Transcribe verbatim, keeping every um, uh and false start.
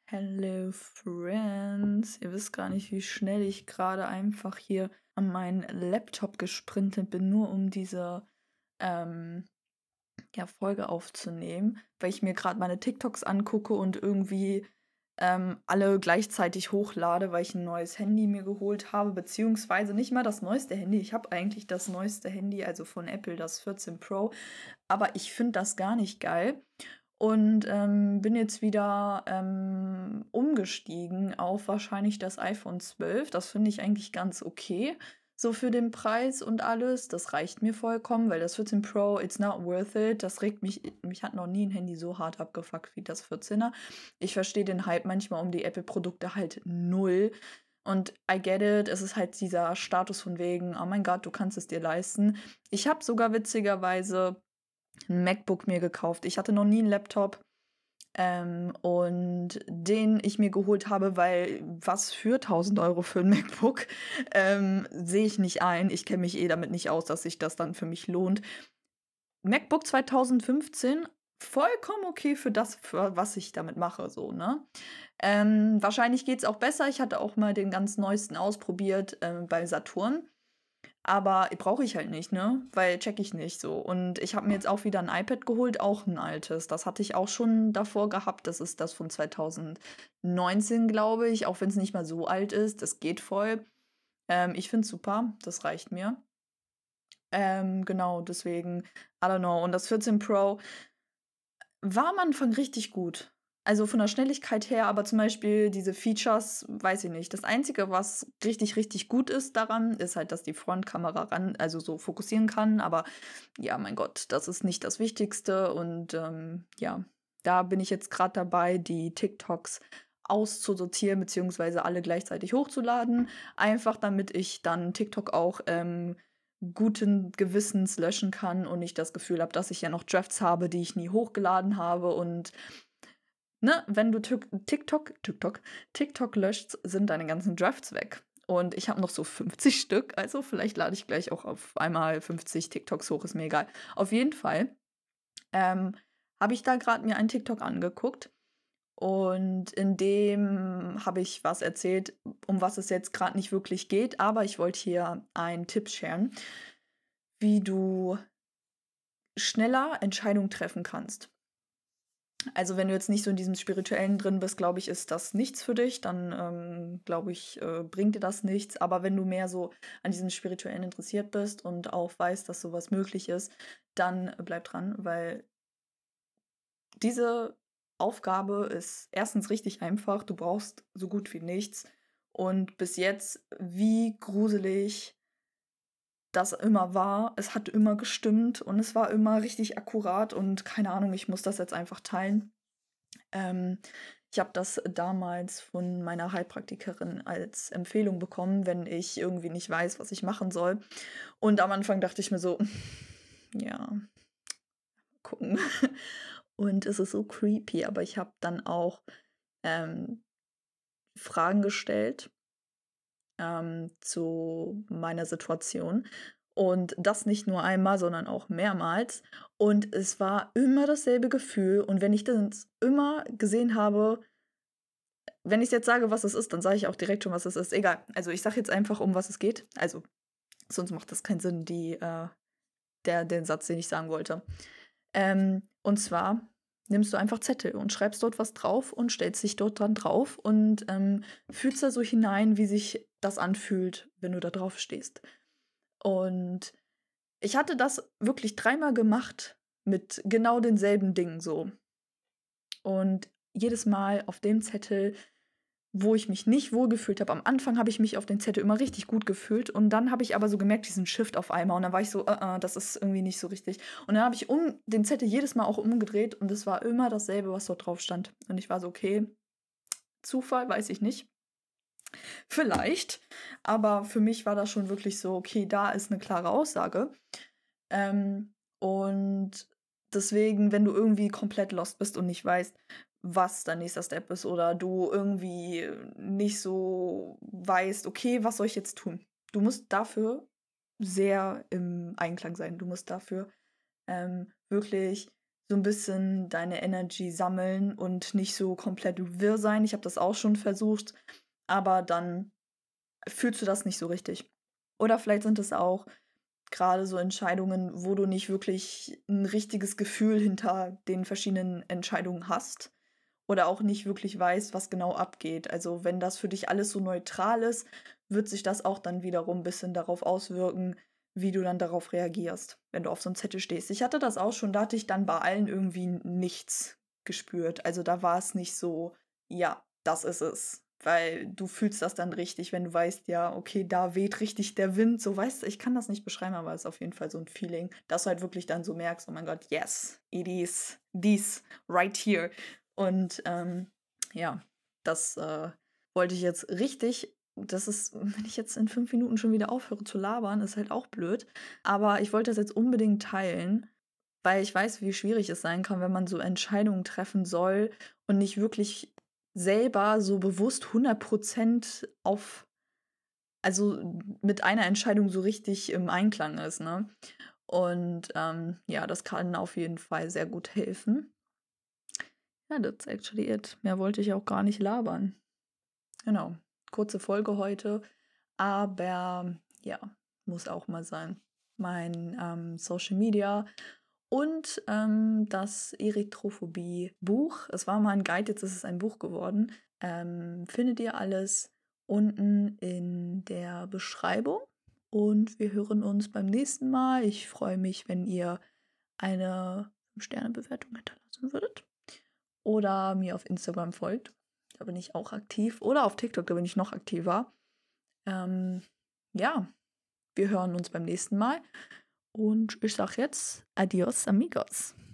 Hello Friends. Ihr wisst gar nicht, wie schnell ich gerade einfach hier an meinen Laptop gesprintet bin, nur um diese ähm, ja, Folge aufzunehmen, weil ich mir gerade meine TikToks angucke und irgendwie ähm, alle gleichzeitig hochlade, weil ich ein neues Handy mir geholt habe, beziehungsweise nicht mal das neueste Handy. Ich habe eigentlich das neueste Handy, also von Apple, das vierzehn Pro, aber ich finde das gar nicht geil. Und ähm, bin jetzt wieder ähm, umgestiegen auf wahrscheinlich das iPhone zwölf. Das finde ich eigentlich ganz okay, so für den Preis und alles. Das reicht mir vollkommen, weil das vierzehn Pro, it's not worth it. Das regt mich, mich hat noch nie ein Handy so hart abgefuckt wie das vierzehner. Ich verstehe den Hype manchmal um die Apple-Produkte halt null. Und I get it, es ist halt dieser Status von wegen, oh mein Gott, du kannst es dir leisten. Ich habe sogar witzigerweise ein MacBook mir gekauft. Ich hatte noch nie einen Laptop. Ähm, und den ich mir geholt habe, weil was für tausend Euro für ein MacBook, ähm, sehe ich nicht ein. Ich kenne mich eh damit nicht aus, dass sich das dann für mich lohnt. MacBook zwanzig fünfzehn, vollkommen okay für das, für was ich damit mache, so, ne? Ähm, wahrscheinlich geht's auch besser. Ich hatte auch mal den ganz neuesten ausprobiert, ähm, bei Saturn. Aber brauche ich halt nicht, ne? Weil check ich nicht so. Und ich habe mir jetzt auch wieder ein iPad geholt, auch ein altes. Das hatte ich auch schon davor gehabt. Das ist das von zwanzig neunzehn, glaube ich. Auch wenn es nicht mal so alt ist. Das geht voll. Ähm, ich finde es super. Das reicht mir. Ähm, genau, deswegen, I don't know. Und das vierzehn Pro war am Anfang richtig gut. Also von der Schnelligkeit her, aber zum Beispiel diese Features, weiß ich nicht. Das Einzige, was richtig, richtig gut ist daran, ist halt, dass die Frontkamera ran, also so fokussieren kann. Aber ja, mein Gott, das ist nicht das Wichtigste. Und ähm, ja, da bin ich jetzt gerade dabei, die TikToks auszusortieren, beziehungsweise alle gleichzeitig hochzuladen. Einfach damit ich dann TikTok auch ähm, guten Gewissens löschen kann und nicht das Gefühl habe, dass ich ja noch Drafts habe, die ich nie hochgeladen habe. Und ne, wenn du Tik- TikTok, TikTok, TikTok löscht, sind deine ganzen Drafts weg. Und ich habe noch so fünfzig Stück, also vielleicht lade ich gleich auch auf einmal fünfzig TikToks hoch, ist mir egal. Auf jeden Fall ähm, habe ich da gerade mir einen TikTok angeguckt und in dem habe ich was erzählt, um was es jetzt gerade nicht wirklich geht, aber ich wollte hier einen Tipp sharen, wie du schneller Entscheidungen treffen kannst. Also wenn du jetzt nicht so in diesem Spirituellen drin bist, glaube ich, ist das nichts für dich. Dann ähm, glaube ich, äh, bringt dir das nichts. Aber wenn du mehr so an diesem Spirituellen interessiert bist und auch weißt, dass sowas möglich ist, dann bleib dran, weil diese Aufgabe ist erstens richtig einfach. Du brauchst so gut wie nichts. Und bis jetzt, wie gruselig das immer war. Es hat immer gestimmt und es war immer richtig akkurat und keine Ahnung, ich muss das jetzt einfach teilen. Ähm, ich habe das damals von meiner Heilpraktikerin als Empfehlung bekommen, wenn ich irgendwie nicht weiß, was ich machen soll. Und am Anfang dachte ich mir so, ja, gucken. Und es ist so creepy, aber ich habe dann auch ähm, Fragen gestellt ähm, zu meiner Situation. Und das nicht nur einmal, sondern auch mehrmals. Und es war immer dasselbe Gefühl. Und wenn ich das immer gesehen habe, wenn ich jetzt sage, was es ist, dann sage ich auch direkt schon, was es ist. Egal. Also ich sage jetzt einfach, um was es geht. Also sonst macht das keinen Sinn, die, äh, der, den Satz, den ich sagen wollte. Ähm, und zwar nimmst du einfach Zettel und schreibst dort was drauf und stellst dich dort dran drauf und ähm, fühlst da so hinein, wie sich das anfühlt, wenn du da drauf stehst. Und ich hatte das wirklich dreimal gemacht mit genau denselben Dingen so. Und jedes Mal auf dem Zettel, wo ich mich nicht wohlgefühlt habe. Am Anfang habe ich mich auf den Zettel immer richtig gut gefühlt und dann habe ich aber so gemerkt, diesen Shift auf einmal und dann war ich so, uh -uh, das ist irgendwie nicht so richtig. Und dann habe ich um den Zettel jedes Mal auch umgedreht und es war immer dasselbe, was dort drauf stand. Und ich war so, okay, Zufall, weiß ich nicht. Vielleicht, aber für mich war das schon wirklich so, okay, da ist eine klare Aussage. Ähm, und deswegen, wenn du irgendwie komplett lost bist und nicht weißt, was dein nächster Step ist oder du irgendwie nicht so weißt, okay, was soll ich jetzt tun? Du musst dafür sehr im Einklang sein. Du musst dafür ähm, wirklich so ein bisschen deine Energy sammeln und nicht so komplett wirr sein. Ich habe das auch schon versucht, aber dann fühlst du das nicht so richtig. Oder vielleicht sind es auch gerade so Entscheidungen, wo du nicht wirklich ein richtiges Gefühl hinter den verschiedenen Entscheidungen hast oder auch nicht wirklich weißt, was genau abgeht. Also, wenn das für dich alles so neutral ist, wird sich das auch dann wiederum ein bisschen darauf auswirken, wie du dann darauf reagierst, wenn du auf so 'n Zettel stehst. Ich hatte das auch schon, da hatte ich dann bei allen irgendwie nichts gespürt. Also, da war es nicht so: „Ja, das ist es.“ Weil du fühlst das dann richtig, wenn du weißt, ja, okay, da weht richtig der Wind, so, weißt du, ich kann das nicht beschreiben, aber es ist auf jeden Fall so 'n Feeling, dass du halt wirklich dann so merkst: „Oh mein Gott, yes, it is this right here.“ Und, ähm, ja, das, äh, wollte ich jetzt richtig das ist wenn ich jetzt in fünf Minuten schon wieder aufhöre zu labern, ist halt auch blöd. Aber ich wollte das jetzt unbedingt teilen, weil ich weiß, wie schwierig es sein kann, wenn man so Entscheidungen treffen soll und nicht wirklich selber so bewusst hundert Prozent auf also, mit einer Entscheidung so richtig im Einklang ist, ne? Und, ähm, ja, das kann auf jeden Fall sehr gut helfen. Ja, that's actually it. Mehr wollte ich auch gar nicht labern. Genau. Kurze Folge heute, aber ja, muss auch mal sein. Mein, ähm, Social Media und, ähm, das Erythrophobie-Buch. Es war mal ein Guide, jetzt ist es ein Buch geworden. Ähm, findet ihr alles unten in der Beschreibung und wir hören uns beim nächsten Mal. Ich freue mich, wenn ihr eine fünf-Sterne-Bewertung hinterlassen würdet oder mir auf Instagram folgt. Da bin ich auch aktiv. Oder auf TikTok, da bin ich noch aktiver. Ähm, ja, wir hören uns beim nächsten Mal. Und ich sag jetzt Adios, amigos.